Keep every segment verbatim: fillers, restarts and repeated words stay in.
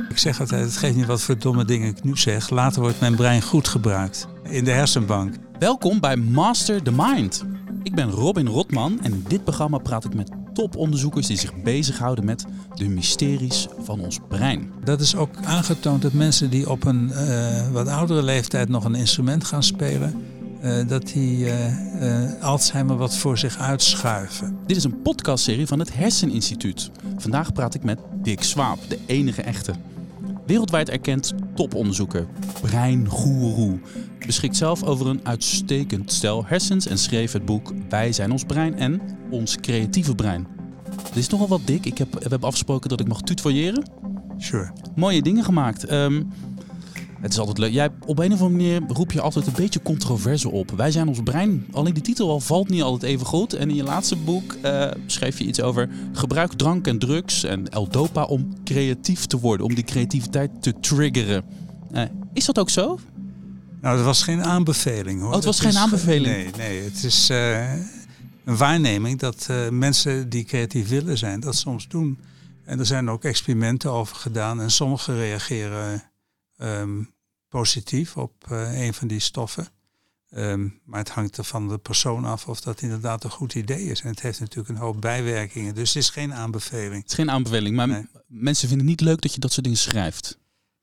Ik zeg altijd, het geeft niet wat voor domme dingen ik nu zeg. Later wordt mijn brein goed gebruikt in de hersenbank. Welkom bij Master the Mind. Ik ben Robin Rotman en in dit programma praat ik met toponderzoekers die zich bezighouden met de mysteries van ons brein. Dat is ook aangetoond dat mensen die op een uh, wat oudere leeftijd nog een instrument gaan spelen, uh, dat die uh, uh, Alzheimer wat voor zich uitschuiven. Dit is een podcastserie van het Herseninstituut. Vandaag praat ik met Dick Swaap, de enige echte. Wereldwijd erkend toponderzoeker, breingoeroe. Beschikt zelf over een uitstekend stel hersens en schreef het boek Wij zijn ons brein en Ons creatieve brein. Dit is nogal wat, Dick. Ik heb, we hebben afgesproken dat ik mag tutoyeren. Sure. Mooie dingen gemaakt. Um, het is altijd leuk. Jij, op een of andere manier roep je altijd een beetje controverse op. Wij zijn ons brein. Alleen de titel al valt niet altijd even goed. En in je laatste boek uh, schreef je iets over gebruik drank en drugs en L-Dopa om creatief te worden. Om die creativiteit te triggeren. Uh, is dat ook zo? Nou, het was geen aanbeveling, hoor. Oh, het was het geen is, aanbeveling? Nee, nee. Het is uh, een waarneming dat uh, mensen die creatief willen zijn, dat soms doen. En er zijn ook experimenten over gedaan. En sommigen reageren um, positief op uh, een van die stoffen. Um, maar het hangt er van de persoon af of dat inderdaad een goed idee is. En het heeft natuurlijk een hoop bijwerkingen. Dus het is geen aanbeveling. Het is geen aanbeveling, maar nee. m- mensen vinden het niet leuk dat je dat soort dingen schrijft.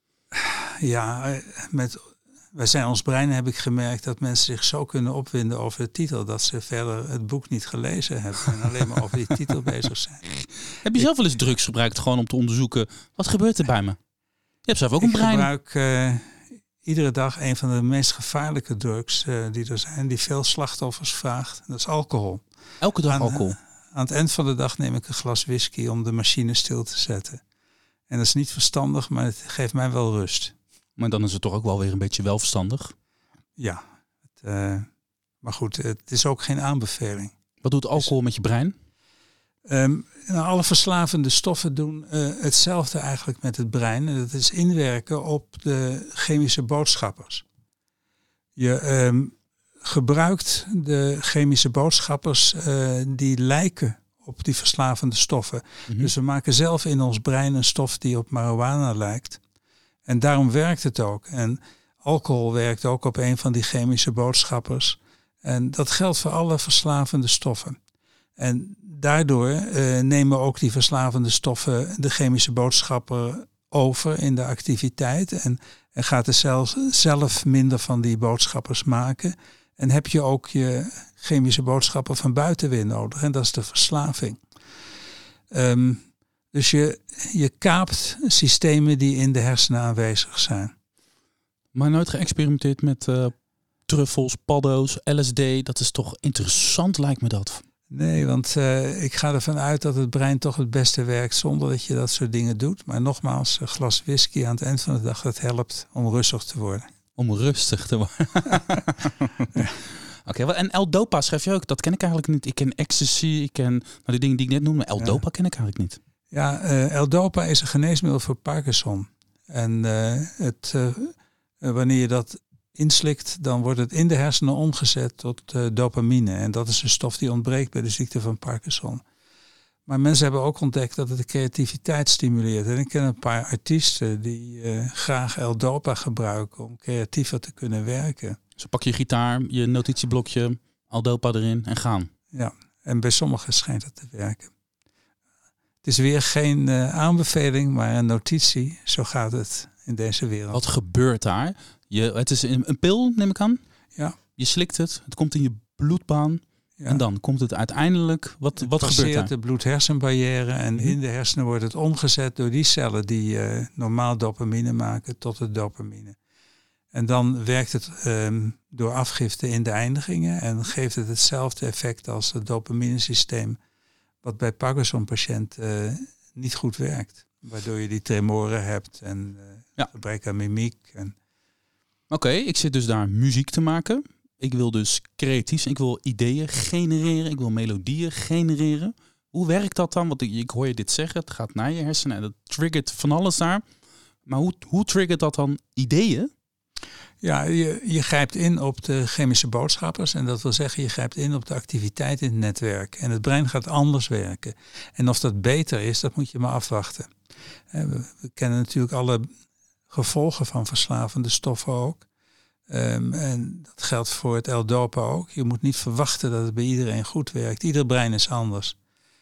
Ja, met... Wij zijn ons brein, heb ik gemerkt dat mensen zich zo kunnen opwinden over de titel dat ze verder het boek niet gelezen hebben en alleen maar over die titel bezig zijn. Heb je zelf wel eens drugs gebruikt gewoon om te onderzoeken wat gebeurt er bij me? Je hebt zelf ook een ik brein. Ik gebruik uh, iedere dag een van de meest gevaarlijke drugs uh, die er zijn, die veel slachtoffers vraagt. Dat is alcohol. Elke dag aan, alcohol? Uh, aan het eind van de dag neem ik een glas whisky om de machine stil te zetten. En dat is niet verstandig, maar het geeft mij wel rust. Maar dan is het toch ook wel weer een beetje welverstandig? Ja, het, uh, maar goed, het is ook geen aanbeveling. Wat doet alcohol met je brein? Um, nou, alle verslavende stoffen doen uh, hetzelfde eigenlijk met het brein. En dat is inwerken op de chemische boodschappers. Je um, gebruikt de chemische boodschappers uh, die lijken op die verslavende stoffen. Mm-hmm. Dus we maken zelf in ons brein een stof die op marijuana lijkt. En daarom werkt het ook. En alcohol werkt ook op een van die chemische boodschappers. En dat geldt voor alle verslavende stoffen. En daardoor uh, nemen ook die verslavende stoffen de chemische boodschapper over in de activiteit. En, en gaat de cel zelf minder van die boodschappers maken. En heb je ook je chemische boodschapper van buiten weer nodig. En dat is de verslaving. Um, Dus je, je kaapt systemen die in de hersenen aanwezig zijn. Maar nooit geëxperimenteerd met uh, truffels, paddo's, L S D. Dat is toch interessant, lijkt me dat. Nee, want uh, ik ga ervan uit dat het brein toch het beste werkt zonder dat je dat soort dingen doet. Maar nogmaals, een glas whisky aan het eind van de dag, dat helpt om rustig te worden. Om rustig te worden. Ja. Oké, okay, en L-Dopa schrijf je ook. Dat ken ik eigenlijk niet. Ik ken ecstasy, ik ken nou, die dingen die ik net noemde. L-Dopa ja. ken ik eigenlijk niet. Ja, uh, L-Dopa is een geneesmiddel voor Parkinson. En uh, het, uh, wanneer je dat inslikt, dan wordt het in de hersenen omgezet tot uh, dopamine. En dat is een stof die ontbreekt bij de ziekte van Parkinson. Maar mensen hebben ook ontdekt dat het de creativiteit stimuleert. En ik ken een paar artiesten die uh, graag L-Dopa gebruiken om creatiever te kunnen werken. Dus pak je gitaar, je notitieblokje, L-Dopa erin en gaan. Ja, en bij sommigen schijnt het te werken. Het is weer geen uh, aanbeveling, maar een notitie. Zo gaat het in deze wereld. Wat gebeurt daar? Je, het is een, een pil, neem ik aan. Ja. Je slikt het, het komt in je bloedbaan. Ja. En dan komt het uiteindelijk, wat, het wat gebeurt daar? de bloed-hersenbarrière en mm-hmm. in de hersenen wordt het omgezet door die cellen die uh, normaal dopamine maken tot de dopamine. En dan werkt het um, door afgifte in de eindigingen en geeft het hetzelfde effect als het dopaminesysteem wat bij Parkinson-patiënten uh, niet goed werkt. Waardoor je die tremoren hebt en uh, ja. gebrek aan mimiek. En... Oké, okay, ik zit dus daar muziek te maken. Ik wil dus creatief zijn. Ik wil ideeën genereren. Ik wil melodieën genereren. Hoe werkt dat dan? Want ik, ik hoor je dit zeggen. Het gaat naar je hersenen en dat triggert van alles daar. Maar hoe, hoe triggert dat dan ideeën? Ja, je, je grijpt in op de chemische boodschappers. En dat wil zeggen, je grijpt in op de activiteit in het netwerk. En het brein gaat anders werken. En of dat beter is, dat moet je maar afwachten. We, we kennen natuurlijk alle gevolgen van verslavende stoffen ook. Um, en dat geldt voor het L-Dopa ook. Je moet niet verwachten dat het bij iedereen goed werkt. Ieder brein is anders.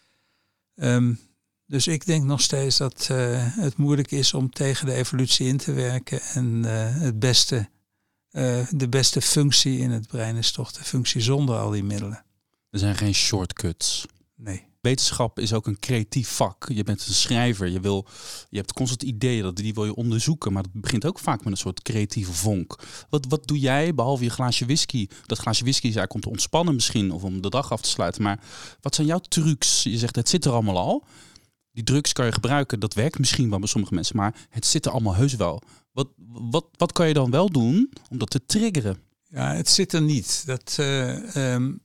Um, dus ik denk nog steeds dat uh, het moeilijk is om tegen de evolutie in te werken. En uh, het beste, uh, de beste functie in het brein is toch de functie zonder al die middelen. Er zijn geen shortcuts. Nee. Wetenschap is ook een creatief vak. Je bent een schrijver. Je, wil, je hebt constant ideeën, dat die wil je onderzoeken. Maar het begint ook vaak met een soort creatieve vonk. Wat, wat doe jij, behalve je glaasje whisky? Dat glaasje whisky is eigenlijk om te ontspannen misschien. Of om de dag af te sluiten. Maar wat zijn jouw trucs? Je zegt, het zit er allemaal al. Die drugs kan je gebruiken. Dat werkt misschien wel bij sommige mensen. Maar het zit er allemaal heus wel. Wat, wat, wat kan je dan wel doen om dat te triggeren? Ja, het zit er niet. Dat... Uh, um...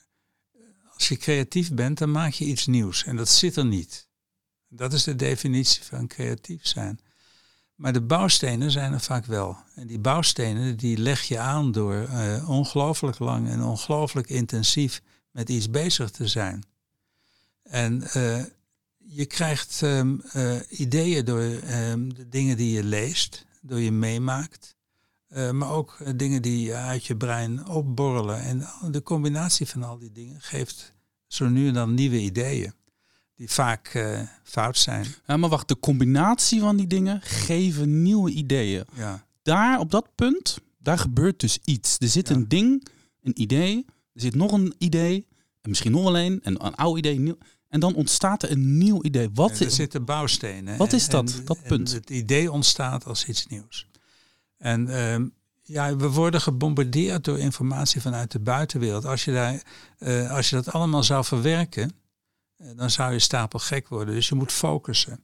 Als je creatief bent, dan maak je iets nieuws. En dat zit er niet. Dat is de definitie van creatief zijn. Maar de bouwstenen zijn er vaak wel. En die bouwstenen die leg je aan door uh, ongelooflijk lang en ongelooflijk intensief met iets bezig te zijn. En uh, je krijgt um, uh, ideeën door um, de dingen die je leest, door je meemaakt. Uh, maar ook uh, dingen die uit je brein opborrelen. En de combinatie van al die dingen geeft zo nu en dan nieuwe ideeën. Die vaak uh, fout zijn. Ja, maar wacht, de combinatie van die dingen geven nieuwe ideeën. Ja. Daar, op dat punt, daar gebeurt dus iets. Er zit ja. een ding, een idee. Er zit nog een idee. En misschien nog wel een. En een oud idee. Nieuw, en dan ontstaat er een nieuw idee. Wat er zitten bouwstenen. Wat en, is dat, en, dat punt? Het idee ontstaat als iets nieuws. En uh, ja, we worden gebombardeerd door informatie vanuit de buitenwereld. Als je, daar, uh, als je dat allemaal zou verwerken, uh, dan zou je stapelgek worden. Dus je moet focussen.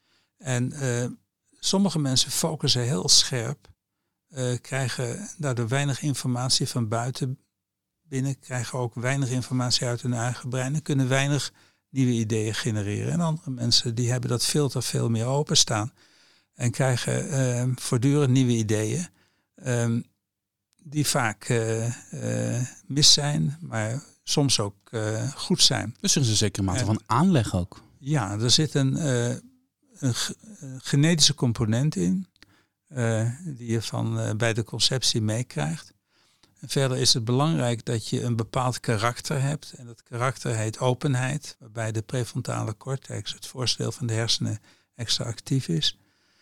En uh, sommige mensen focussen heel scherp, uh, krijgen daardoor weinig informatie van buiten binnen, krijgen ook weinig informatie uit hun eigen brein en kunnen weinig nieuwe ideeën genereren. En andere mensen die hebben dat filter veel meer openstaan. En krijgen uh, voortdurend nieuwe ideeën. Um, die vaak uh, uh, mis zijn, maar soms ook uh, goed zijn. Dus er is een zekere mate en, van aanleg ook. Ja, er zit een, uh, een g- genetische component in. Uh, die je van uh, bij de conceptie meekrijgt. En verder is het belangrijk dat je een bepaald karakter hebt. En dat karakter heet openheid. Waarbij de prefrontale cortex, het voorste deel van de hersenen, extra actief is.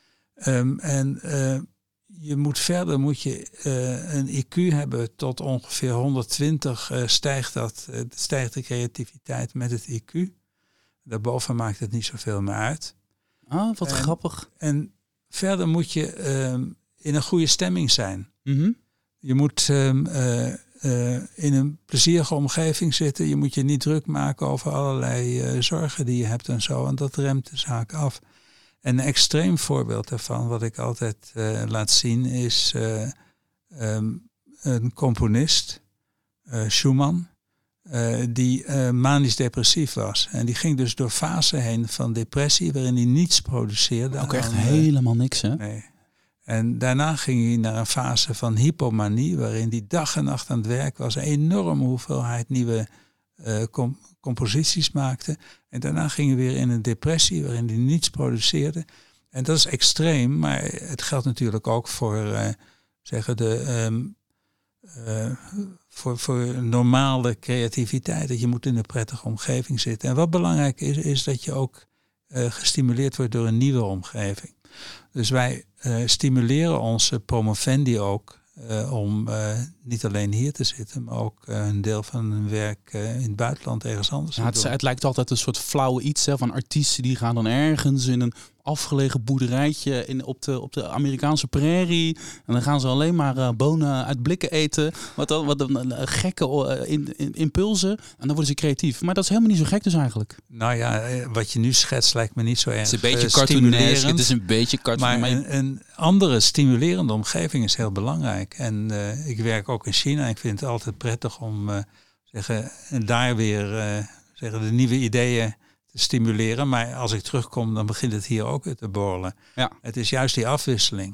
Um, en uh, je moet verder moet je uh, een I Q hebben tot ongeveer honderdtwintig uh, stijgt, dat, uh, stijgt de creativiteit met het I Q. Daarboven maakt het niet zoveel meer uit. Ah, wat en, grappig. En verder moet je uh, in een goede stemming zijn. Mm-hmm. Je moet um, uh, uh, in een plezierige omgeving zitten. Je moet je niet druk maken over allerlei uh, zorgen die je hebt en zo. En dat remt de zaak af. En een extreem voorbeeld daarvan, wat ik altijd uh, laat zien, is uh, um, een componist, uh, Schumann, uh, die uh, manisch-depressief was. En die ging dus door fasen heen van depressie, waarin hij niets produceerde. Ook echt aan, uh, helemaal niks, hè? Nee. En daarna ging hij naar een fase van hypomanie, waarin hij dag en nacht aan het werk was. Een enorme hoeveelheid nieuwe uh, com- composities maakte. En daarna ging hij weer in een depressie, waarin hij niets produceerde. En dat is extreem, maar het geldt natuurlijk ook voor, uh, zeggen de, um, uh, voor, voor normale creativiteit. Dat je moet in een prettige omgeving zitten. En wat belangrijk is, is dat je ook uh, gestimuleerd wordt door een nieuwe omgeving. Dus wij uh, stimuleren onze promovendi ook uh, om uh, niet alleen hier te zitten, maar ook uh, een deel van hun werk uh, in het buitenland ergens anders Ja, te het, doen. het lijkt altijd een soort flauwe iets hè, van artiesten die gaan dan ergens in een afgelegen boerderijtje in, op, de, op de Amerikaanse prairie. En dan gaan ze alleen maar uh, bonen uit blikken eten. Wat, dan, wat dan, uh, gekke uh, in, in, impulsen. En dan worden ze creatief. Maar dat is helemaal niet zo gek dus eigenlijk. Nou ja, wat je nu schetst lijkt me niet zo erg. Het is een beetje uh, cartoonesk. Het is een beetje cartoon. Maar een, een andere stimulerende omgeving is heel belangrijk. En uh, ik werk ook in China. Ik vind het altijd prettig om uh, zeggen, daar weer uh, zeggen, de nieuwe ideeën te stimuleren. Maar als ik terugkom, dan begint het hier ook te borrelen. Ja. Het is juist die afwisseling.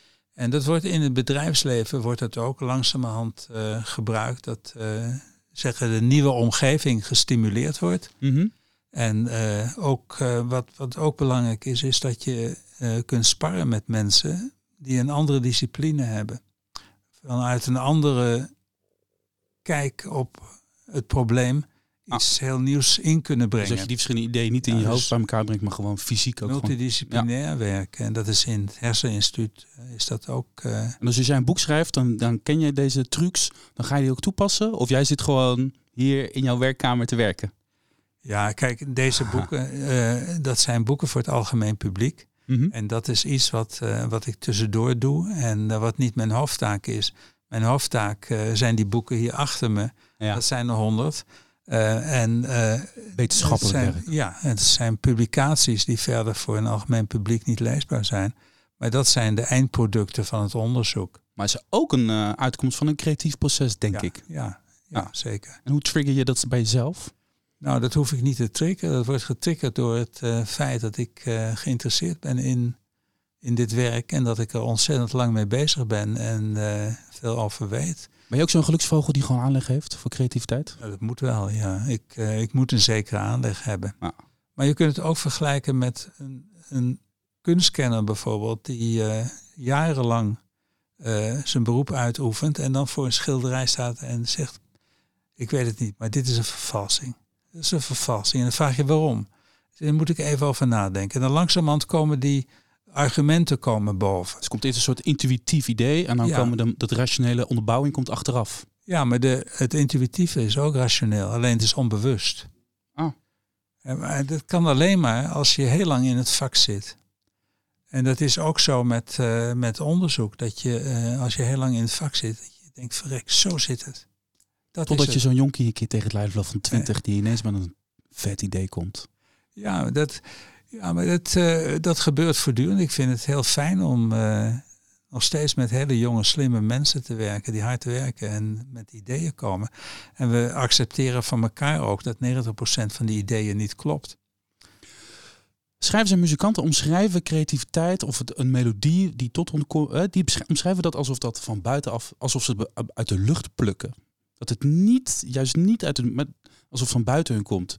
En dat wordt in het bedrijfsleven wordt het ook langzamerhand uh, gebruikt. Dat uh, zeggen de nieuwe omgeving gestimuleerd wordt. Mm-hmm. En uh, ook, uh, wat, wat ook belangrijk is, is dat je uh, kunt sparren met mensen die een andere discipline hebben. Vanuit een andere kijk op het probleem iets ah. heel nieuws in kunnen brengen. Dus dat je die verschillende ideeën niet in ja, je hoofd dus bij elkaar brengt, maar gewoon fysiek ook multidisciplinair gewoon, ja. werken. En dat is in het Herseninstituut is dat ook. Uh... En dus als jij een boek schrijft, dan, dan ken jij deze trucs, dan ga je die ook toepassen? Of jij zit gewoon hier in jouw werkkamer te werken? Ja, kijk, deze ah. boeken, uh, dat zijn boeken voor het algemeen publiek. Mm-hmm. En dat is iets wat, uh, wat ik tussendoor doe en uh, wat niet mijn hoofdtaak is. Mijn hoofdtaak uh, zijn die boeken hier achter me. Ja. Dat zijn er honderd. Uh, en, uh, Wetenschappelijk zijn, werk. Ja, het zijn publicaties die verder voor een algemeen publiek niet leesbaar zijn. Maar dat zijn de eindproducten van het onderzoek. Maar het is ook een uh, uitkomst van een creatief proces, denk ja, ik. Ja, ja, ah. zeker. En hoe trigger je dat bij jezelf? Nou, dat hoef ik niet te triggeren. Dat wordt getriggerd door het uh, feit dat ik uh, geïnteresseerd ben in, in dit werk. En dat ik er ontzettend lang mee bezig ben en uh, veel over weet. Ben je ook zo'n geluksvogel die gewoon aanleg heeft voor creativiteit? Ja, dat moet wel, ja. Ik, uh, ik moet een zekere aanleg hebben. Ja. Maar je kunt het ook vergelijken met een, een kunstkenner bijvoorbeeld, die uh, jarenlang uh, zijn beroep uitoefent en dan voor een schilderij staat en zegt, ik weet het niet, maar dit is een vervalsing. Dat is een vervalsing. En dan vraag je waarom. Dus daar moet ik even over nadenken. En dan langzamerhand komen die argumenten komen boven. Dus komt eerst een soort intuïtief idee en dan ja. komen de, dat rationele onderbouwing komt achteraf. Ja, maar de, het intuïtieve is ook rationeel. Alleen het is onbewust. Ah. En, maar dat kan alleen maar als je heel lang in het vak zit. En dat is ook zo met, uh, met onderzoek. Dat je, uh, als je heel lang in het vak zit, dat je denkt, verrek, zo zit het. Dat Totdat je zo'n jonkie een keer tegen het lijf loopt van twintig, nee. die ineens met een vet idee komt. Ja, dat, ja maar dat, uh, dat gebeurt voortdurend. Ik vind het heel fijn om uh, nog steeds met hele jonge, slimme mensen te werken, die hard werken en met ideeën komen. En we accepteren van elkaar ook dat negentig procent van die ideeën niet klopt. Schrijvers en muzikanten omschrijven creativiteit of het, een melodie die tot ontkomt, die omschrijven dat alsof dat van buitenaf, alsof ze uit de lucht plukken. Dat het niet, juist niet uit de, alsof het van buiten hun komt.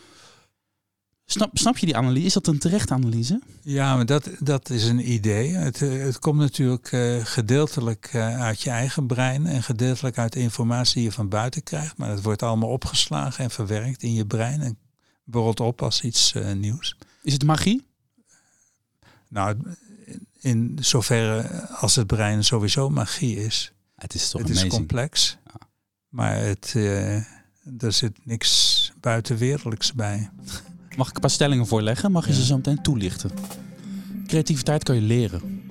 Snap, snap je die analyse? Is dat een terechte analyse? Ja, maar dat, dat is een idee. Het, het komt natuurlijk uh, gedeeltelijk uh, uit je eigen brein en gedeeltelijk uit de informatie die je van buiten krijgt. Maar het wordt allemaal opgeslagen en verwerkt in je brein en borrelt op als iets uh, nieuws. Is het magie? Nou, in zoverre als het brein sowieso magie is. Het is toch het amazing. is complex, ja. Maar het, uh, er zit niks buitenwereldlijks bij. Mag ik een paar stellingen voorleggen? Mag je ja. ze zo meteen toelichten? Creativiteit kan je leren.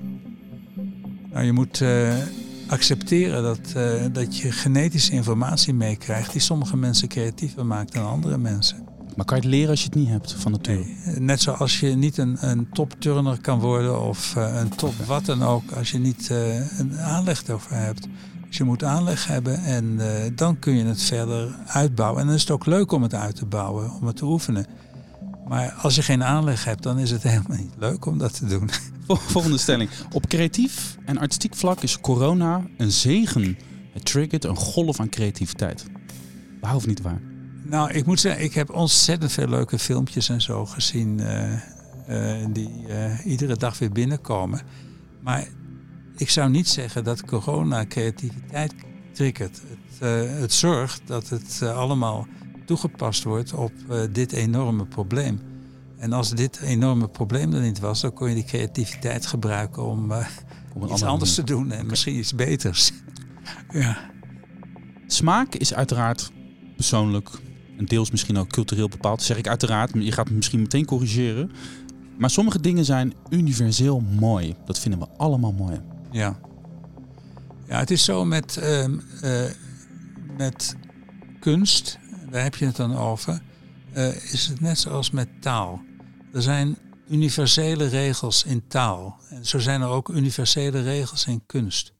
Nou, je moet uh, accepteren dat, uh, dat je genetische informatie meekrijgt die sommige mensen creatiever maakt dan andere mensen. Maar kan je het leren als je het niet hebt van nature? Nee, net zoals je niet een, een topturner kan worden of uh, een top wat dan ook als je niet uh, een aanleg ervoor hebt. Dus je moet aanleg hebben en uh, dan kun je het verder uitbouwen. En dan is het ook leuk om het uit te bouwen, om het te oefenen. Maar als je geen aanleg hebt, dan is het helemaal niet leuk om dat te doen. Volgende stelling. Op creatief en artistiek vlak is corona een zegen. Het triggert een golf aan creativiteit. Waar of niet waar? Nou, ik moet zeggen, ik heb ontzettend veel leuke filmpjes en zo gezien. Uh, uh, die uh, iedere dag weer binnenkomen. Maar ik zou niet zeggen dat corona creativiteit triggert. Het, uh, het zorgt dat het uh, allemaal toegepast wordt op uh, dit enorme probleem. En als dit enorme probleem er niet was, dan kon je die creativiteit gebruiken om, uh, om iets anders te doen en okay. misschien iets beters. Ja. Smaak is uiteraard persoonlijk en deels misschien ook cultureel bepaald. Dat zeg ik uiteraard, je gaat me misschien meteen corrigeren. Maar sommige dingen zijn universeel mooi. Dat vinden we allemaal mooi. Ja, ja het is zo met, uh, uh, met kunst, daar heb je het dan over, uh, is het net zoals met taal. Er zijn universele regels in taal. En zo zijn er ook universele regels in kunst.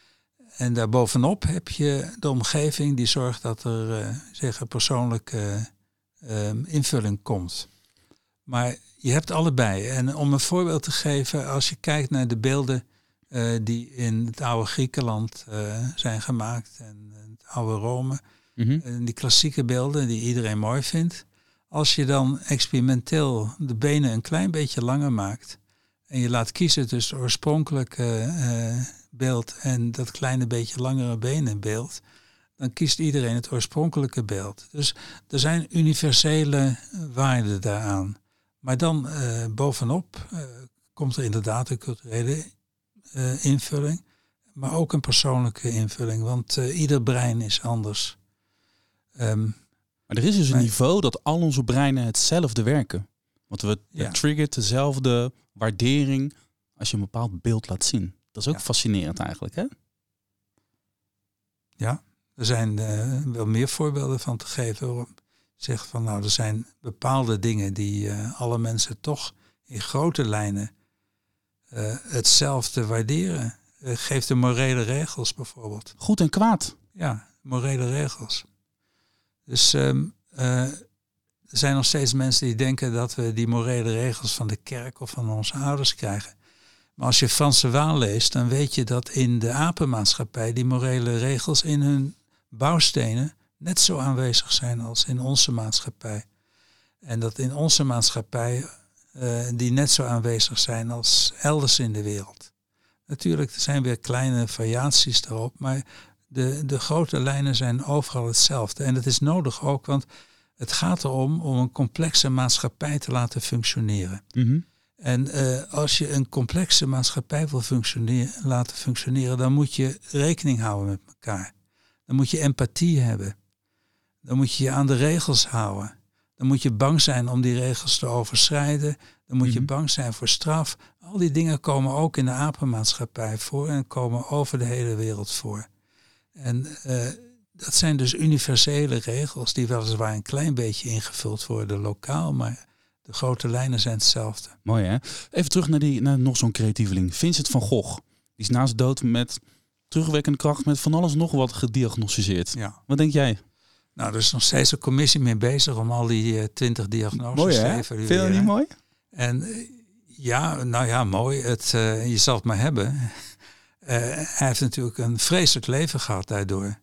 En daarbovenop heb je de omgeving die zorgt dat er uh, zeg, een persoonlijke uh, invulling komt. Maar je hebt allebei. En om een voorbeeld te geven, als je kijkt naar de beelden uh, die in het oude Griekenland uh, zijn gemaakt en het oude Rome. Mm-hmm. En die klassieke beelden die iedereen mooi vindt. als je dan experimenteel de benen een klein beetje langer maakt en je laat kiezen tussen het oorspronkelijke uh, beeld en dat kleine beetje langere benenbeeld, dan kiest iedereen het oorspronkelijke beeld. Dus er zijn universele waarden daaraan. Maar dan uh, bovenop uh, komt er inderdaad een culturele uh, invulling, maar ook een persoonlijke invulling, want uh, ieder brein is anders. Um, maar er is dus een maar, niveau dat al onze breinen hetzelfde werken. Want we ja. triggert dezelfde waardering als je een bepaald beeld laat zien. Dat is ook ja. fascinerend eigenlijk, hè? Ja, er zijn uh, wel meer voorbeelden van te geven. Zeg van nou, er zijn bepaalde dingen die uh, alle mensen toch in grote lijnen uh, hetzelfde waarderen. Uh, geef de morele regels bijvoorbeeld. Goed en kwaad. Ja, morele regels. Dus um, uh, er zijn nog steeds mensen die denken dat we die morele regels van de kerk of van onze ouders krijgen. Maar als je Frans de Waal leest, dan weet je dat in de apenmaatschappij die morele regels in hun bouwstenen net zo aanwezig zijn als in onze maatschappij. En dat in onze maatschappij uh, die net zo aanwezig zijn als elders in de wereld. Natuurlijk, er zijn weer kleine variaties daarop, maar de, de grote lijnen zijn overal hetzelfde. En dat is nodig ook, want het gaat erom om een complexe maatschappij te laten functioneren. Mm-hmm. En uh, als je een complexe maatschappij wil functioneren, laten functioneren, dan moet je rekening houden met elkaar. Dan moet je empathie hebben. Dan moet je je aan de regels houden. Dan moet je bang zijn om die regels te overschrijden. Dan moet mm-hmm. je bang zijn voor straf. Al die dingen komen ook in de apenmaatschappij voor en komen over de hele wereld voor. En uh, dat zijn dus universele regels die weliswaar een klein beetje ingevuld worden lokaal, maar de grote lijnen zijn hetzelfde. Mooi hè? Even terug naar, die, naar nog zo'n creatieveling. Vincent van Gogh. Die is na zijn dood met terugwerkende kracht met van alles nog wat gediagnosticeerd. Ja. Wat denk jij? Nou, er is nog steeds een commissie mee bezig om al die twintig uh, diagnoses mooi, te hè? evalueren. Vind je dat niet mooi? En uh, ja, nou ja, mooi. Het, uh, je zal het maar hebben. Uh, hij heeft natuurlijk een vreselijk leven gehad daardoor.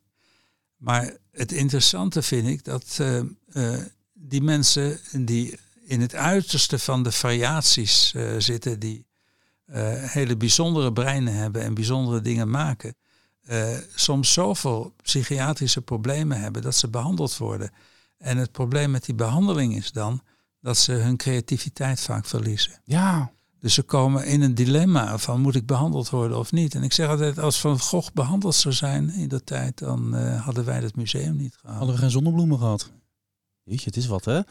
Maar het interessante vind ik dat uh, uh, die mensen die in het uiterste van de variaties uh, zitten, die uh, hele bijzondere breinen hebben en bijzondere dingen maken, uh, soms zoveel psychiatrische problemen hebben dat ze behandeld worden. En het probleem met die behandeling is dan dat ze hun creativiteit vaak verliezen. Ja. Dus ze komen in een dilemma van moet ik behandeld worden of niet. En ik zeg altijd, als Van Gogh behandeld zou zijn in dat tijd, dan uh, hadden wij het museum niet gehad. Hadden we geen zonnebloemen gehad. Jeetje, het is wat hè.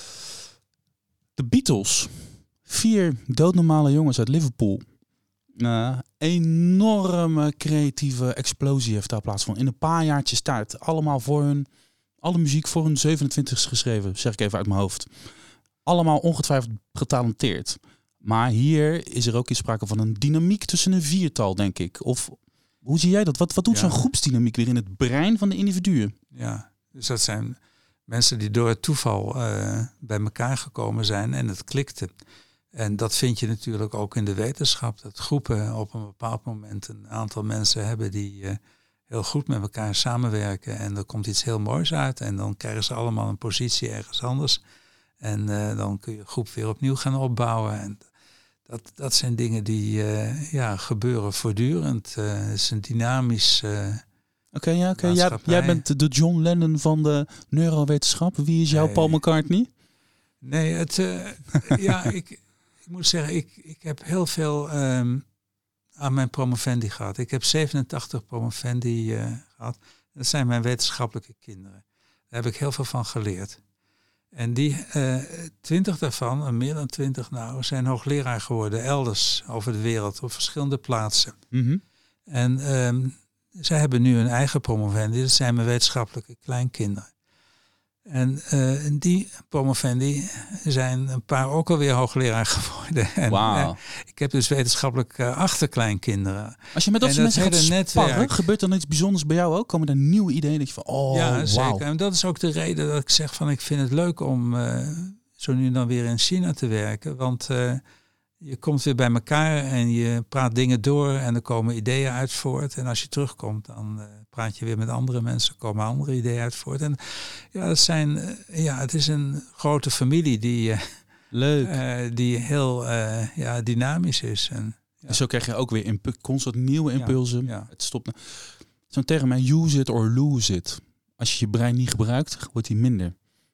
De Beatles. Vier doodnormale jongens uit Liverpool. Een uh, enorme creatieve explosie heeft daar plaatsgevonden. In een paar jaartjes tijd. Allemaal voor hun, alle muziek voor hun zevenentwintigste geschreven. Zeg ik even uit mijn hoofd. Allemaal ongetwijfeld getalenteerd. Maar hier is er ook in sprake van een dynamiek tussen een viertal, denk ik. Of hoe zie jij dat? Wat, wat doet ja. zo'n groepsdynamiek weer in het brein van de individuen? Ja, dus dat zijn mensen die door het toeval uh, bij elkaar gekomen zijn en het klikte. En dat vind je natuurlijk ook in de wetenschap. Dat groepen op een bepaald moment een aantal mensen hebben die uh, heel goed met elkaar samenwerken. En er komt iets heel moois uit. En dan krijgen ze allemaal een positie ergens anders. En uh, dan kun je groep weer opnieuw gaan opbouwen. En dat, dat zijn dingen die uh, ja, gebeuren voortdurend. Uh, het is een dynamisch uh, Oké, okay, ja, okay. jij, jij bent de John Lennon van de neurowetenschap. Wie is jouw nee. Paul McCartney? Nee, het, uh, ja, ik, ik moet zeggen, ik, ik heb heel veel um, aan mijn promovendi gehad. Ik heb zevenentachtig promovendi uh, gehad. Dat zijn mijn wetenschappelijke kinderen. Daar heb ik heel veel van geleerd. En die uh, twintig daarvan, en meer dan twintig nou, zijn hoogleraar geworden elders over de wereld, op verschillende plaatsen. Mm-hmm. En um, zij hebben nu een eigen promovendi, dat zijn mijn wetenschappelijke kleinkinderen. En uh, die promovendi zijn een paar ook alweer hoogleraar geworden. En, wow. uh, ik heb dus wetenschappelijk uh, achterkleinkinderen. Als je met dat soort mensen gaat sparren, netwerk, gebeurt er iets bijzonders bij jou ook? Komen er nieuwe ideeën dat je van, oh, ja, zeker. Wow. En dat is ook de reden dat ik zeg van, ik vind het leuk om uh, zo nu en dan weer in China te werken. Want uh, je komt weer bij elkaar en je praat dingen door en er komen ideeën uit voort. En als je terugkomt, dan uh, praat je weer met andere mensen, komen andere ideeën uit voort. En ja, dat zijn, uh, ja het is een grote familie die, uh, Leuk. Uh, die heel uh, ja, dynamisch is. En, ja. Dus zo krijg je ook weer impu- constant nieuwe impulsen. Ja, ja. Het stopt. Zo'n term, use it or lose it. Als je je brein niet gebruikt, wordt die minder.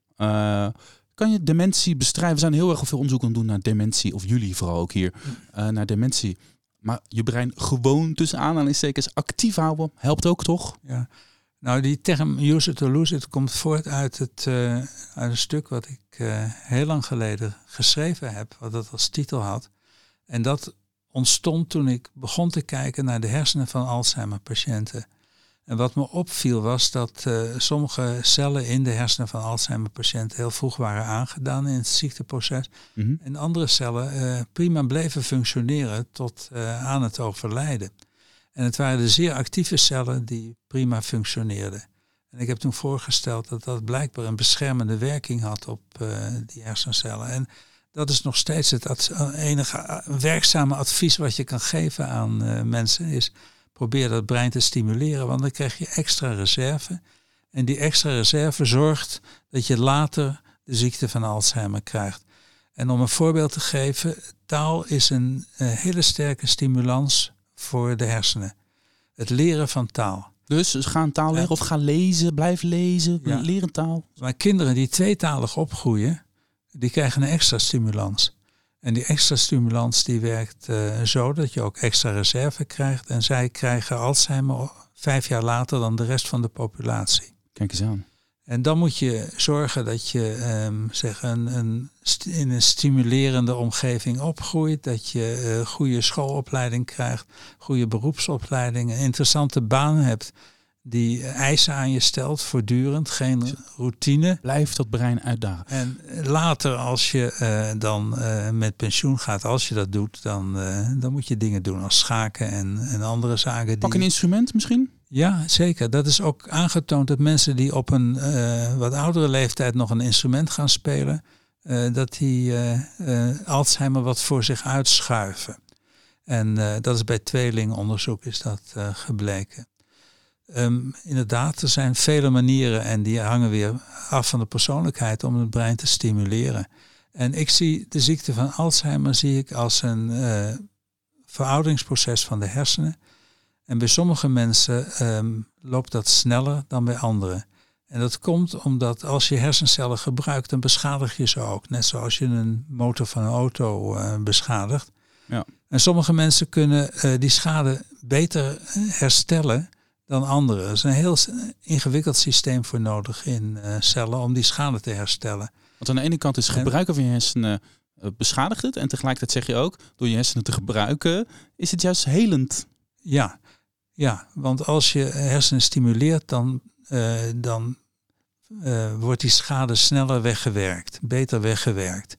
Uh, kan je dementie bestrijden? We zijn heel erg veel onderzoek aan het doen naar dementie. Of jullie vooral ook hier. Uh, naar dementie. Maar je brein gewoon tussen aanhalingstekens actief houden. Helpt ook toch? Ja. Nou, die term use it or lose it komt voort uit, het, uh, uit een stuk wat ik uh, heel lang geleden geschreven heb. Wat dat als titel had. En dat ontstond toen ik begon te kijken naar de hersenen van Alzheimer-patiënten. En wat me opviel was dat uh, sommige cellen in de hersenen van Alzheimer-patiënten heel vroeg waren aangedaan in het ziekteproces. Mm-hmm. En andere cellen uh, prima bleven functioneren tot uh, aan het overlijden. En het waren de zeer actieve cellen die prima functioneerden. En ik heb toen voorgesteld dat dat blijkbaar een beschermende werking had op uh, die hersencellen. En dat is nog steeds het ad- enige werkzame advies wat je kan geven aan uh, mensen is: probeer dat brein te stimuleren, want dan krijg je extra reserve. En die extra reserve zorgt dat je later de ziekte van Alzheimer krijgt. En om een voorbeeld te geven, taal is een uh, hele sterke stimulans voor de hersenen. Het leren van taal. Dus ga een taal leren Ja. of ga lezen, blijf lezen, Ja. leer een taal. Maar kinderen die tweetalig opgroeien, die krijgen een extra stimulans. En die extra stimulans die werkt uh, zo dat je ook extra reserve krijgt. En zij krijgen Alzheimer vijf jaar later dan de rest van de populatie. Kijk eens aan. En dan moet je zorgen dat je um, zeg een, een st- in een stimulerende omgeving opgroeit. Dat je uh, goede schoolopleiding krijgt, goede beroepsopleiding, een interessante baan hebt die eisen aan je stelt, voortdurend, geen routine. Blijf dat brein uitdagen. En later als je uh, dan uh, met pensioen gaat, als je dat doet, dan, uh, dan moet je dingen doen als schaken en, en andere zaken. Die... Pak een instrument misschien? Ja, zeker. Dat is ook aangetoond dat mensen die op een uh, wat oudere leeftijd nog een instrument gaan spelen, uh, dat die uh, uh, Alzheimer wat voor zich uitschuiven. En uh, dat is bij tweelingonderzoek is dat uh, gebleken. Um, inderdaad, er zijn vele manieren en die hangen weer af van de persoonlijkheid om het brein te stimuleren. En ik zie de ziekte van Alzheimer zie ik als een uh, verouderingsproces van de hersenen. En bij sommige mensen um, loopt dat sneller dan bij anderen. En dat komt omdat als je hersencellen gebruikt, dan beschadig je ze ook. Net zoals je een motor van een auto uh, beschadigt. Ja. En sommige mensen kunnen uh, die schade beter herstellen dan anderen. Er is een heel ingewikkeld systeem voor nodig in uh, cellen om die schade te herstellen. Want aan de ene kant is het gebruiken van je hersenen uh, beschadigt het. En tegelijkertijd zeg je ook, door je hersenen te gebruiken, is het juist helend. Ja, ja, want als je hersenen stimuleert, dan, uh, dan uh, wordt die schade sneller weggewerkt, beter weggewerkt.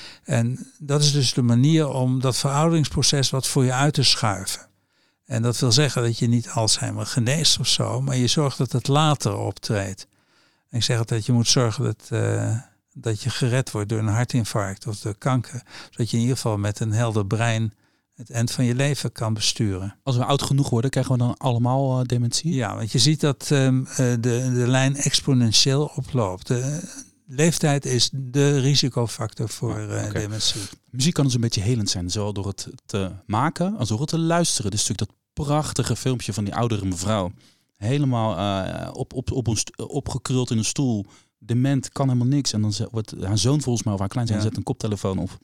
En dat is dus de manier om dat verouderingsproces wat voor je uit te schuiven. En dat wil zeggen dat je niet Alzheimer geneest of zo, maar je zorgt dat het later optreedt. En ik zeg altijd, je moet zorgen dat, uh, dat je gered wordt door een hartinfarct of door kanker. Zodat je in ieder geval met een helder brein het eind van je leven kan besturen. Als we oud genoeg worden, krijgen we dan allemaal uh, dementie? Ja, want je ziet dat um, uh, de, de lijn exponentieel oploopt. De leeftijd is de risicofactor voor uh, okay. dementie. Muziek kan dus een beetje helend zijn, zowel door het te maken als door het te luisteren. Dus natuurlijk dat prachtige filmpje van die oudere mevrouw. Helemaal uh, op, op, op een st- opgekruld in een stoel. Dement, kan helemaal niks. En dan wordt haar zoon volgens mij, of haar kleinzoon, ja. zet een koptelefoon op.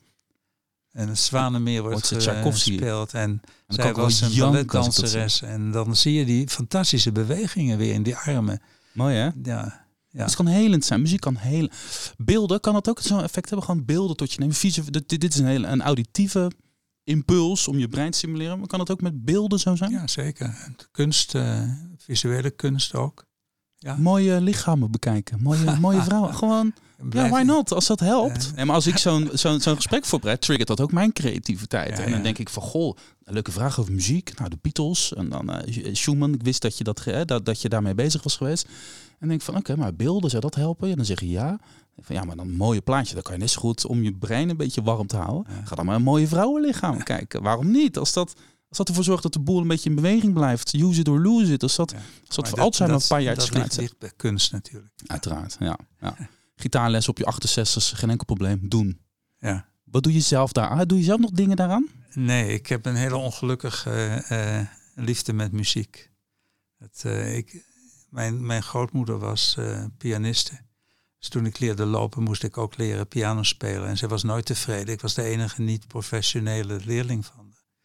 En het Zwanenmeer wordt gespeeld. En, en zij was een balletdanseres. En dan zie je die fantastische bewegingen weer in die armen. Mooi hè? Ja. Ja. Het kan helend zijn. Muziek kan heel. Beelden kan het ook zo'n effect hebben. Gewoon beelden tot je neemt. Visie, dit, dit is een hele een auditieve impuls om je brein te stimuleren. Maar kan het ook met beelden zo zijn? Ja, zeker. Kunst, uh, visuele kunst ook. Ja. Mooie lichamen bekijken. Mooie, mooie vrouwen. Gewoon Ja, why not? Als dat helpt. Uh, nee, maar als ik zo'n, zo'n, zo'n gesprek voorbereid, triggert dat ook mijn creativiteit. Ja, en dan ja. denk ik van, goh, een leuke vraag over muziek. Nou, de Beatles en dan uh, Schumann. Ik wist dat je, dat, uh, dat, dat je daarmee bezig was geweest. En dan denk ik van, oké, okay, maar beelden, zou dat helpen? Ja, dan zeg je ja. Van, ja, maar dan een mooie plaatje. Dan kan je net zo goed om je brein een beetje warm te houden. Ja. Ga dan maar een mooie vrouwenlichaam ja. kijken. Waarom niet? Als dat... Als dat ervoor zorgt dat de boel een beetje in beweging blijft. Use it or lose it. Als dat, ja. als dat voor Alzheimer een paar jaar te Dat ligt bij kunst natuurlijk. Uiteraard, ja. ja. Gitaarles op je achtenzestig, geen enkel probleem. Doen. Ja. Wat doe je zelf daar? Ah, doe je zelf nog dingen daaraan? Nee, ik heb een hele ongelukkige uh, liefde met muziek. Het, uh, ik, mijn, mijn grootmoeder was uh, pianiste. Dus toen ik leerde lopen moest ik ook leren piano spelen. En ze was nooit tevreden. Ik was de enige niet-professionele leerling van.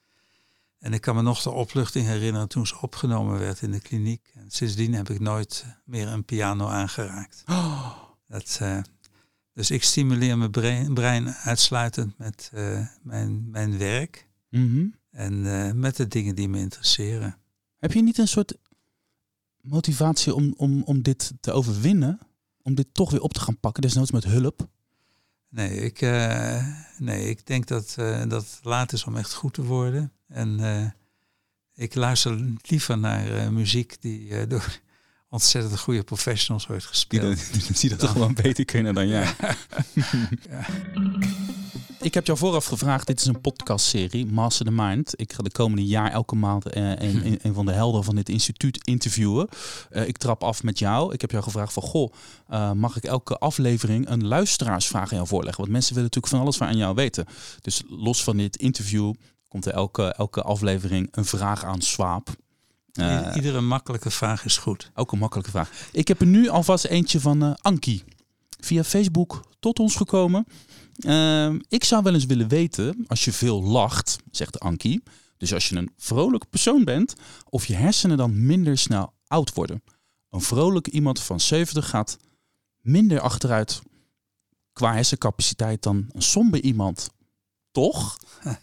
En ik kan me nog de opluchting herinneren toen ze opgenomen werd in de kliniek. En sindsdien heb ik nooit meer een piano aangeraakt. Oh. Dat, uh, dus ik stimuleer mijn brein, brein uitsluitend met uh, mijn, mijn werk. Mm-hmm. En uh, met de dingen die me interesseren. Heb je niet een soort motivatie om, om, om dit te overwinnen? Om dit toch weer op te gaan pakken, desnoods met hulp? Nee, ik, uh, nee, ik denk dat, uh, dat het laat is om echt goed te worden. En uh, ik luister liever naar uh, muziek die uh, door ontzettend goede professionals wordt gespeeld. Die, die, die dat toch gewoon beter kunnen dan jij. Ja. Ik heb jou vooraf gevraagd, dit is een podcastserie, Master the Mind. Ik ga de komende jaar elke maand uh, een, een, een van de helden van dit instituut interviewen. Uh, ik trap af met jou. Ik heb jou gevraagd van, goh, uh, mag ik elke aflevering een luisteraarsvraag aan jou voorleggen? Want mensen willen natuurlijk van alles van aan jou weten. Dus los van dit interview komt er elke, elke aflevering een vraag aan Swaap. Uh, Iedere makkelijke vraag is goed. Ook een makkelijke vraag. Ik heb er nu alvast eentje van uh, Ankie. Via Facebook tot ons gekomen. Uh, ik zou wel eens willen weten, als je veel lacht, zegt Ankie. Dus als je een vrolijke persoon bent, of je hersenen dan minder snel oud worden. Een vrolijk iemand van zeventig gaat minder achteruit qua hersencapaciteit dan een somber iemand. Toch?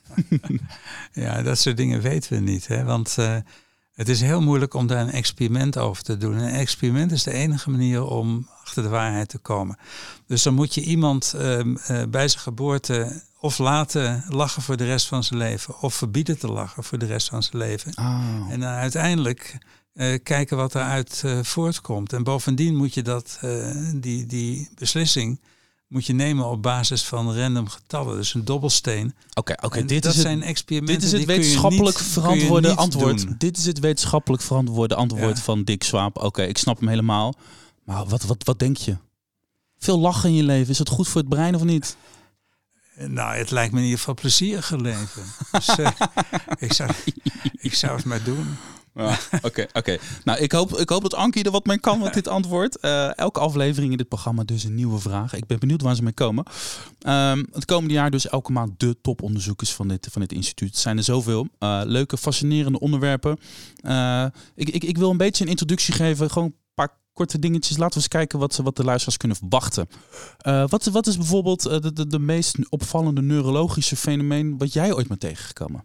Ja, dat soort dingen weten we niet. Hè? Want uh, het is heel moeilijk om daar een experiment over te doen. Een experiment is de enige manier om achter de waarheid te komen. Dus dan moet je iemand uh, uh, bij zijn geboorte of laten lachen voor de rest van zijn leven. Of verbieden te lachen voor de rest van zijn leven. Oh. En dan uiteindelijk uh, kijken wat eruit uh, voortkomt. En bovendien moet je dat, uh, die, die beslissing moet je nemen op basis van random getallen. Dus een dobbelsteen. Oké, okay, okay, dit dat is zijn het, experimenten. Dit is het wetenschappelijk niet, verantwoorde antwoord. Doen. Dit is het wetenschappelijk verantwoorde antwoord ja. van Dick Swaap. Oké, okay, ik snap hem helemaal. Maar wat, wat, wat denk je? Veel lachen in je leven. Is dat goed voor het brein of niet? Nou, het lijkt me in ieder geval plezierig leven. Dus uh, ik, zou, ik zou het maar doen. Oké, ja, oké. Okay, okay. Nou, ik hoop, ik hoop dat Ankie er wat mee kan met dit antwoord. Uh, elke aflevering in dit programma dus een nieuwe vraag. Ik ben benieuwd waar ze mee komen. Um, het komende jaar dus elke maand de toponderzoekers van dit, van dit instituut. Het zijn er zoveel. Uh, leuke, fascinerende onderwerpen. Uh, ik, ik, ik wil een beetje een introductie geven. Gewoon een paar korte dingetjes. Laten we eens kijken wat, wat de luisteraars kunnen verwachten. Uh, wat, wat is bijvoorbeeld uh, de, de, de meest opvallende neurologische fenomeen wat jij ooit bent tegengekomen?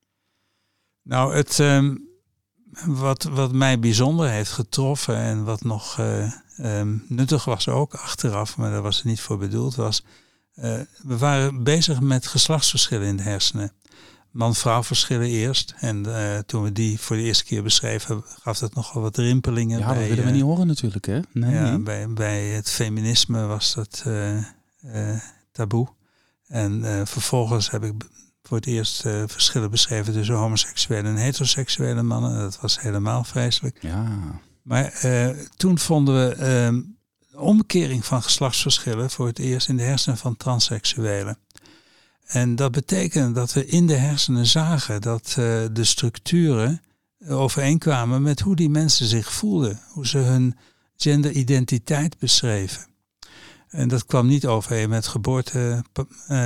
Nou, het... Um... Wat, wat mij bijzonder heeft getroffen en wat nog uh, um, nuttig was ook achteraf, maar daar was het niet voor bedoeld, was uh, we waren bezig met geslachtsverschillen in de hersenen. Man-vrouw verschillen eerst. En uh, toen we die voor de eerste keer beschreven, gaf dat nogal wat rimpelingen. Ja, bij, dat willen we uh, niet horen natuurlijk, hè? Nee, ja, nee. Bij, bij het feminisme was dat uh, uh, taboe. En uh, vervolgens heb ik voor het eerst uh, verschillen beschreven tussen homoseksuele en heteroseksuele mannen. Dat was helemaal vreselijk. Ja. Maar uh, toen vonden we uh, omkering van geslachtsverschillen voor het eerst in de hersenen van transseksuelen. En dat betekende dat we in de hersenen zagen dat uh, de structuren overeenkwamen met hoe die mensen zich voelden. Hoe ze hun genderidentiteit beschreven. En dat kwam niet overeen met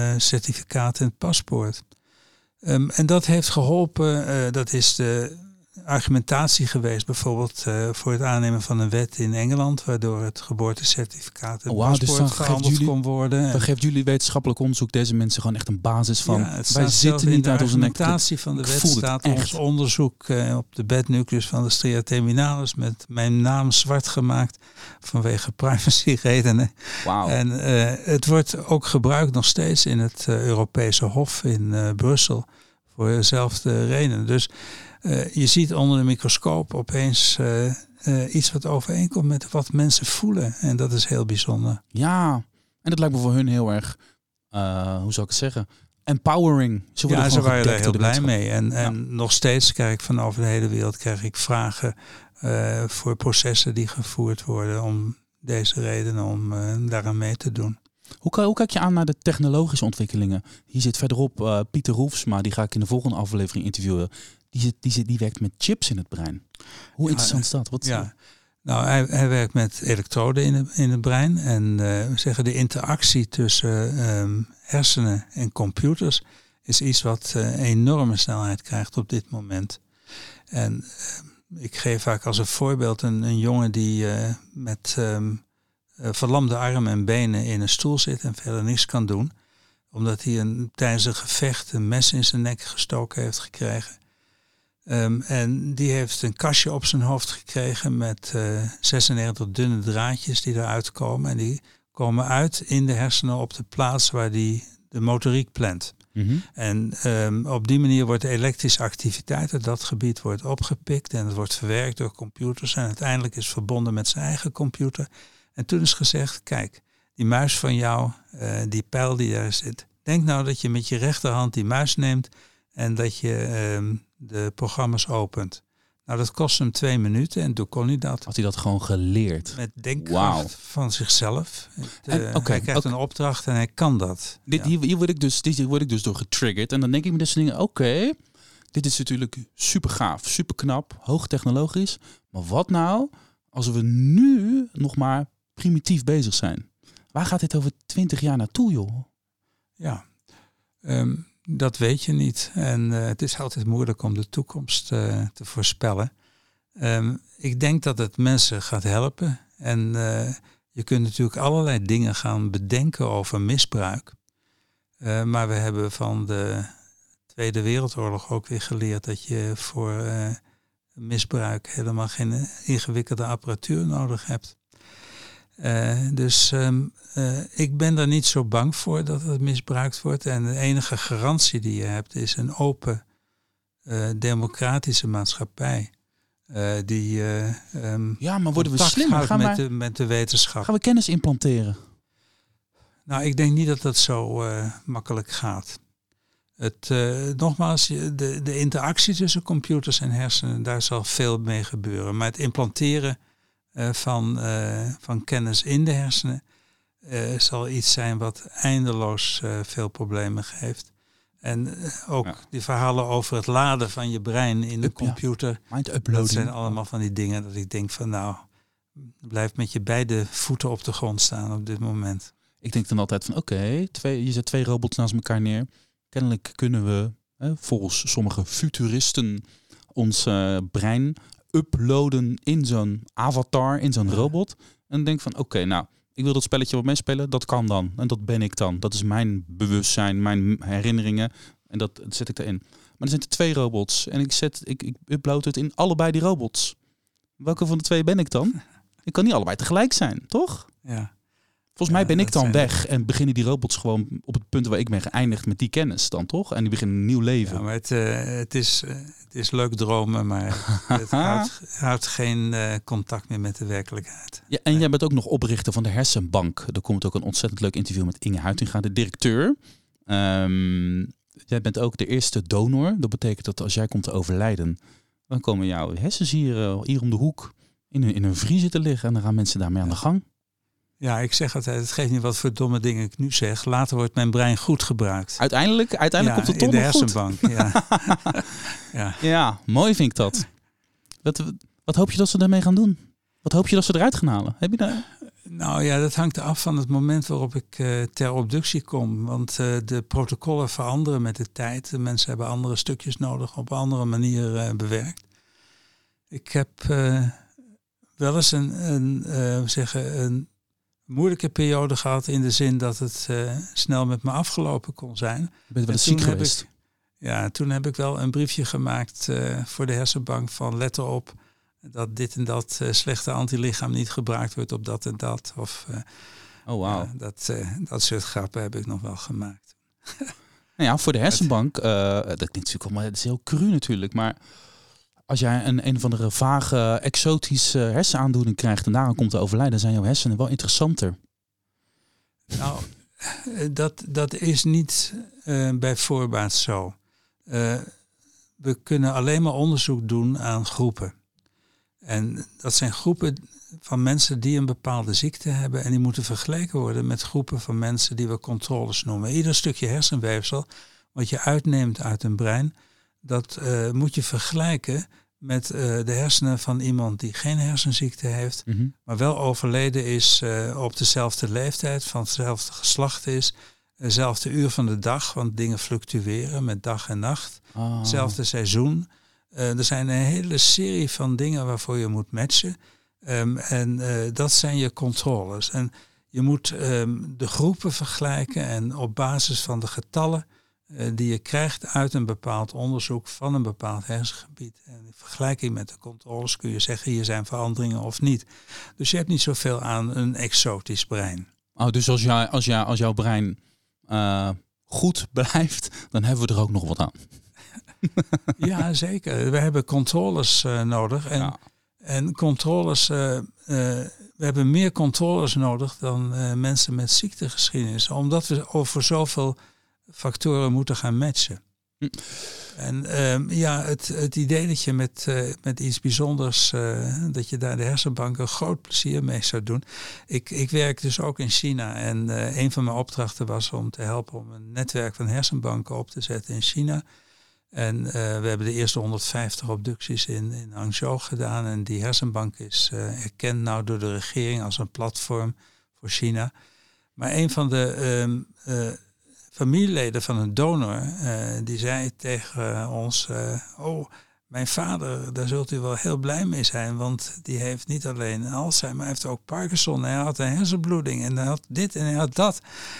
geboortecertificaat uh, en paspoort. Um, en dat heeft geholpen, uh, dat is de argumentatie geweest, bijvoorbeeld uh, voor het aannemen van een wet in Engeland, waardoor het geboortecertificaat het oh, wow, paspoort dus veranderd jullie, kon worden. Dan geeft jullie wetenschappelijk onderzoek deze mensen gewoon echt een basis van, ja, wij zitten niet uit onze nek. De argumentatie van de ik wet staat echt. ons onderzoek uh, op de bednucleus van de stria terminalis met mijn naam zwart gemaakt vanwege privacyredenen. Wow. En uh, het wordt ook gebruikt nog steeds in het uh, Europese Hof in uh, Brussel voor dezelfde redenen. Dus uh, je ziet onder de microscoop opeens uh, uh, iets wat overeenkomt met wat mensen voelen. En dat is heel bijzonder. Ja, en dat lijkt me voor hun heel erg, uh, hoe zou ik het zeggen, empowering. Ze ja, ze waren er heel blij wetenschap. mee. En, en ja. nog steeds krijg ik van over de hele wereld krijg ik vragen uh, voor processen die gevoerd worden om deze redenen, om uh, daaraan mee te doen. Hoe, hoe kijk je aan naar de technologische ontwikkelingen? Hier zit verderop uh, Pieter Roefsma, die ga ik in de volgende aflevering interviewen. Die, zit, die, zit, die werkt met chips in het brein. Hoe interessant is dat? Wat ja. Nou, hij, hij werkt met elektroden in het, in het brein. En uh, we zeggen de interactie tussen uh, um, hersenen en computers is iets wat uh, enorme snelheid krijgt op dit moment. En uh, ik geef vaak als een voorbeeld een, een jongen die uh, met um, uh, verlamde armen en benen in een stoel zit en verder niks kan doen. Omdat hij een, tijdens een gevecht een mes in zijn nek gestoken heeft gekregen. Um, en die heeft een kastje op zijn hoofd gekregen met uh, zesennegentig dunne draadjes die eruit komen. En die komen uit in de hersenen op de plaats waar die de motoriek plant. Mm-hmm. En um, op die manier wordt de elektrische activiteit uit dat gebied wordt opgepikt. En het wordt verwerkt door computers. En uiteindelijk is verbonden met zijn eigen computer. En toen is gezegd, kijk, die muis van jou, uh, die pijl die daar zit. Denk nou dat je met je rechterhand die muis neemt en dat je um, de programma's opent. Nou, dat kost hem twee minuten en toen kon hij dat. Had hij dat gewoon geleerd? Met denkkracht wow. van zichzelf. Het, en, uh, okay, hij krijgt okay. een opdracht en hij kan dat. Dit, ja. hier, hier, word ik dus, hier word ik dus door getriggerd. En dan denk ik me dus dingen, oké, okay, dit is natuurlijk super gaaf, super knap, hoogtechnologisch. Maar wat nou als we nu nog maar primitief bezig zijn? Waar gaat dit over twintig jaar naartoe, joh? Ja, um, dat weet je niet. En uh, het is altijd moeilijk om de toekomst uh, te voorspellen. Um, ik denk dat het mensen gaat helpen. En uh, je kunt natuurlijk allerlei dingen gaan bedenken over misbruik. Uh, maar we hebben van de Tweede Wereldoorlog ook weer geleerd dat je voor uh, misbruik helemaal geen ingewikkelde apparatuur nodig hebt. Uh, dus um, uh, ik ben er niet zo bang voor dat het misbruikt wordt. En de enige garantie die je hebt is een open, uh, democratische maatschappij. Uh, die uh, um, ja, maar worden we slimmer? Gaan met, de, met de wetenschap. Gaan we kennis implanteren? Nou, ik denk niet dat dat zo uh, makkelijk gaat. Het, uh, nogmaals, de, de interactie tussen computers en hersenen, daar zal veel mee gebeuren. Maar het implanteren Uh, van, uh, van kennis in de hersenen uh, zal iets zijn wat eindeloos uh, veel problemen geeft. En uh, ook ja. die verhalen over het laden van je brein in de Up, computer. Ja. Dat zijn allemaal van die dingen dat ik denk van nou, blijf met je beide voeten op de grond staan op dit moment. Ik denk dan altijd van oké, okay, je zet twee robots naast elkaar neer. Kennelijk kunnen we, hè, volgens sommige futuristen, ons uh, brein uploaden in zo'n avatar, in zo'n robot. En denk van, oké, okay, nou, ik wil dat spelletje wat meespelen, dat kan dan. En dat ben ik dan. Dat is mijn bewustzijn, mijn herinneringen. En dat, dat zet ik erin. Maar er zijn er twee robots. En ik, zet, ik, ik upload het in allebei die robots. Welke van de twee ben ik dan? Ik kan niet allebei tegelijk zijn, toch? Ja. Volgens ja, mij ben ik dan zijn... weg en beginnen die robots gewoon op het punt waar ik ben geëindigd met die kennis dan, toch? En die beginnen een nieuw leven. Ja, maar het, uh, het, is, uh, het is leuk dromen, maar het houdt, houdt geen uh, contact meer met de werkelijkheid. Ja, en jij bent ook nog oprichter van de Hersenbank. Er komt ook een ontzettend leuk interview met Inge Huitinga, de directeur. Um, jij bent ook de eerste donor. Dat betekent dat als jij komt te overlijden, dan komen jouw hersens hier, uh, hier om de hoek in een, in een vriezer te liggen. En dan gaan mensen daarmee aan de gang. Ja, ik zeg altijd, het geeft niet wat voor domme dingen ik nu zeg. Later wordt mijn brein goed gebruikt. Uiteindelijk, uiteindelijk ja, komt het toch nog goed. In de hersenbank, ja. ja. Ja, mooi vind ik dat. Wat, wat hoop je dat ze daarmee gaan doen? Wat hoop je dat ze eruit gaan halen? Heb je daar... Nou ja, dat hangt af van het moment waarop ik uh, ter obductie kom. Want uh, de protocollen veranderen met de tijd. De mensen hebben andere stukjes nodig, op een andere manier uh, bewerkt. Ik heb uh, wel eens een, een, uh, zeggen, een moeilijke periode gehad in de zin dat het uh, snel met me afgelopen kon zijn. Je bent wel eens ziek geweest? Ik, ja, toen heb ik wel een briefje gemaakt uh, voor de hersenbank van let erop dat dit en dat uh, slechte antilichaam niet gebruikt wordt op dat en dat. Of, uh, oh, wow. uh, dat, uh, dat soort grappen heb ik nog wel gemaakt. Nou ja, voor de hersenbank, uh, dat klinkt natuurlijk al, maar het is heel cru natuurlijk, maar als jij een een of andere vage, exotische hersenaandoening krijgt en daaraan komt te overlijden, zijn jouw hersenen wel interessanter. Nou, dat, dat is niet uh, bij voorbaat zo. Uh, we kunnen alleen maar onderzoek doen aan groepen. En dat zijn groepen van mensen die een bepaalde ziekte hebben en die moeten vergeleken worden met groepen van mensen die we controles noemen. Ieder stukje hersenweefsel wat je uitneemt uit een brein, dat uh, moet je vergelijken met uh, de hersenen van iemand die geen hersenziekte heeft, mm-hmm. maar wel overleden is uh, op dezelfde leeftijd, van hetzelfde geslacht is, dezelfde uur van de dag, want dingen fluctueren met dag en nacht, oh. hetzelfde seizoen. Uh, er zijn een hele serie van dingen waarvoor je moet matchen. Um, en uh, dat zijn je controles. En je moet um, de groepen vergelijken en op basis van de getallen uh, die je krijgt uit een bepaald onderzoek van een bepaald hersengebied. En in vergelijking met de controles kun je zeggen hier zijn veranderingen of niet. Dus je hebt niet zoveel aan een exotisch brein. Oh, dus als, jij, als, jij, als jouw brein uh, goed blijft, dan hebben we er ook nog wat aan. Ja, zeker. We hebben controles uh, nodig. En, ja. en controles, uh, uh, we hebben meer controles nodig dan uh, mensen met ziektegeschiedenis. Omdat we over zoveel factoren moeten gaan matchen. Hm. En uh, ja, het, het idee dat je met, uh, met iets bijzonders, uh, dat je daar de hersenbank een groot plezier mee zou doen. Ik, ik werk dus ook in China en uh, een van mijn opdrachten was om te helpen om een netwerk van hersenbanken op te zetten in China. En uh, we hebben de eerste honderdvijftig obducties in, in Hangzhou gedaan. En die hersenbank is uh, erkend nou door de regering als een platform voor China. Maar een van de um, uh, familieleden van een donor, uh, die zei tegen ons, uh, oh, mijn vader, daar zult u wel heel blij mee zijn. Want die heeft niet alleen Alzheimer, hij heeft ook Parkinson. Hij had een hersenbloeding en hij had dit en hij had dat.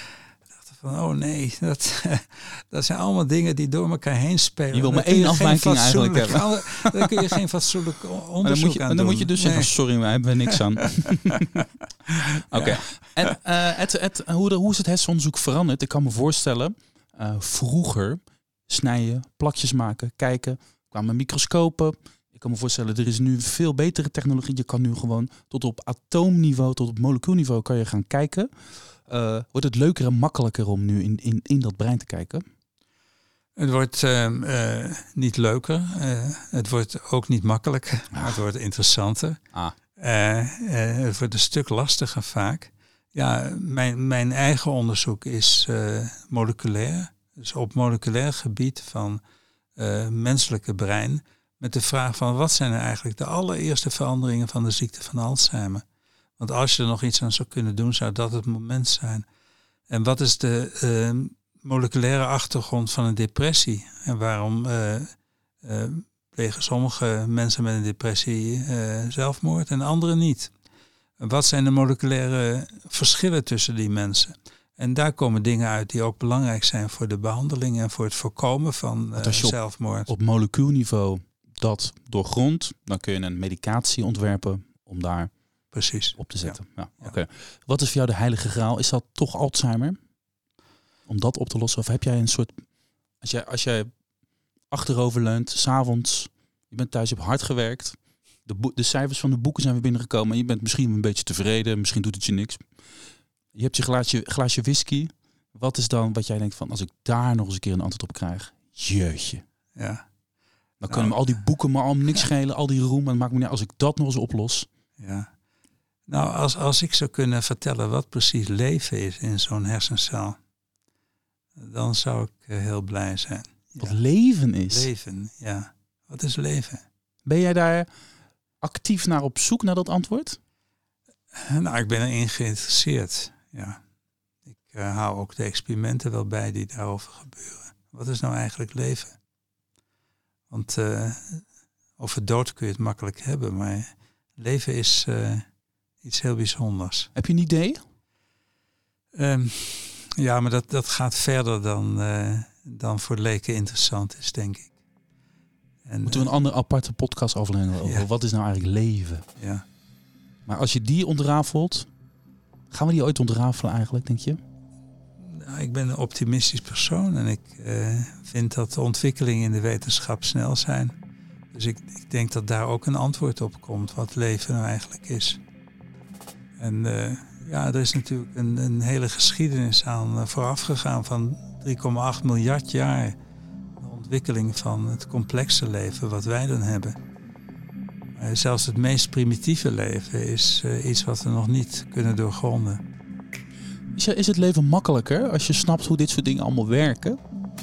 Van, oh nee, dat, dat zijn allemaal dingen die door elkaar heen spelen. Je wil maar één afwijking eigenlijk hebben. Daar kun je geen fatsoenlijk onderzoek dan moet je, aan dan doen. moet je dus nee. zeggen, sorry, wij hebben niks aan. Oké. Okay. Ja. En uh, het, het, hoe, de, hoe is het hersenonderzoek veranderd? Ik kan me voorstellen, uh, vroeger snijden, plakjes maken, kijken, kwamen microscopen. Ik kan me voorstellen, er is nu veel betere technologie. Je kan nu gewoon tot op atoomniveau, tot op molecuulniveau kan je gaan kijken. Uh, wordt het leuker en makkelijker om nu in, in, in dat brein te kijken? Het wordt uh, uh, niet leuker. Uh, het wordt ook niet makkelijker. Ah. Maar het wordt interessanter. Ah. Uh, uh, het wordt een stuk lastiger vaak. Ja, mijn, mijn eigen onderzoek is uh, moleculair. Dus op moleculair gebied van uh, menselijke brein. Met de vraag van wat zijn er eigenlijk de allereerste veranderingen van de ziekte van Alzheimer? Want als je er nog iets aan zou kunnen doen, zou dat het moment zijn. En wat is de uh, moleculaire achtergrond van een depressie? En waarom uh, uh, plegen sommige mensen met een depressie uh, zelfmoord en anderen niet? En wat zijn de moleculaire verschillen tussen die mensen? En daar komen dingen uit die ook belangrijk zijn voor de behandeling en voor het voorkomen van uh, als je op, zelfmoord. Op molecuulniveau dat doorgrondt, dan kun je een medicatie ontwerpen om daar Precies. op te zetten. Ja. Ja, ja. Okay. Wat is voor jou de heilige graal? Is dat toch Alzheimer? Om dat op te lossen? Of heb jij een soort... Als jij, als jij achterover leunt, 's avonds, je bent thuis, je hebt hard gewerkt, de, bo- de cijfers van de boeken zijn weer binnengekomen en je bent misschien een beetje tevreden, misschien doet het je niks. Je hebt je glaasje, glaasje whisky. Wat is dan wat jij denkt van, als ik daar nog eens een keer een antwoord op krijg? Jeutje. Ja. Dan kunnen nou, me al die boeken maar al niks schelen, al die roem, maar het maakt me niet uit als ik dat nog eens oplos. Ja. Nou, als, als ik zou kunnen vertellen wat precies leven is in zo'n hersencel, dan zou ik uh, heel blij zijn. Wat ja. leven is? Leven, ja. Wat is leven? Ben jij daar actief naar op zoek naar dat antwoord? Nou, ik ben erin geïnteresseerd, ja. Ik uh, hou ook de experimenten wel bij die daarover gebeuren. Wat is nou eigenlijk leven? Want uh, over dood kun je het makkelijk hebben, maar leven is uh, iets heel bijzonders. Heb je een idee? Um, ja, maar dat, dat gaat verder dan, uh, dan voor leken interessant is, denk ik. En, Moeten we een andere aparte podcast afleveren over ja. wat is nou eigenlijk leven? Ja. Maar als je die ontrafelt, gaan we die ooit ontrafelen eigenlijk, denk je? Nou, ik ben een optimistisch persoon en ik uh, vind dat de ontwikkelingen in de wetenschap snel zijn. Dus ik, ik denk dat daar ook een antwoord op komt, wat leven nou eigenlijk is. En uh, ja, er is natuurlijk een, een hele geschiedenis aan uh, vooraf gegaan van drie komma acht miljard jaar. De ontwikkeling van het complexe leven wat wij dan hebben. Uh, zelfs het meest primitieve leven is uh, iets wat we nog niet kunnen doorgronden. Is, is het leven makkelijker als je snapt hoe dit soort dingen allemaal werken?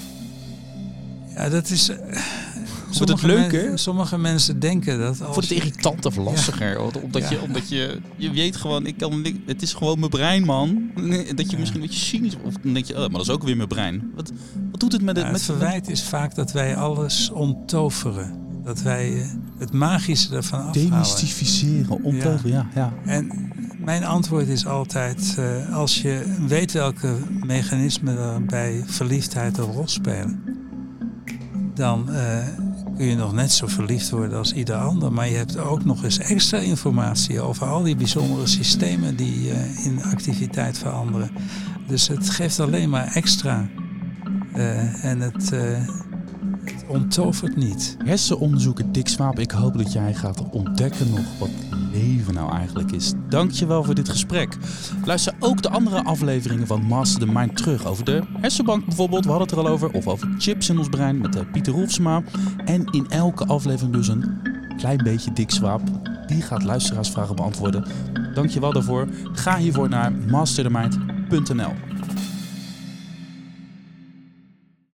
Ja, dat is... Uh, Wordt het leuker? Men, sommige mensen denken dat... Als Wordt het irritant of lastiger? Ja. Omdat, ja. je, omdat je... Je weet gewoon, ik kan, het is gewoon mijn brein, man. Dat je ja. misschien een beetje cynisch... Of dan denk je, oh, maar dat is ook weer mijn brein. Wat, wat doet het met ja, het... Het met, verwijt is vaak dat wij alles onttoveren. Dat wij het magische ervan afhalen. Demystificeren, onttoveren, ja. ja, ja. En mijn antwoord is altijd... Uh, als je weet welke mechanismen er bij verliefdheid een rol spelen... dan... Uh, kun je nog net zo verliefd worden als ieder ander. Maar je hebt ook nog eens extra informatie over al die bijzondere systemen die uh, in activiteit veranderen. Dus het geeft alleen maar extra. Uh, en het, uh, het onttovert niet. Hersenonderzoeker Dick Swaap, ik hoop dat jij gaat ontdekken nog wat leven nou eigenlijk is. Dank je wel voor dit gesprek. Luister ook de andere afleveringen van Master the Mind terug. Over de hersenbank bijvoorbeeld, we hadden het er al over. Of over chips in ons brein met uh, Pieter Roelfsma. En in elke aflevering dus een klein beetje Dick Swaap. Die gaat luisteraarsvragen beantwoorden. Dank je wel daarvoor. Ga hiervoor naar master the mind punt n l.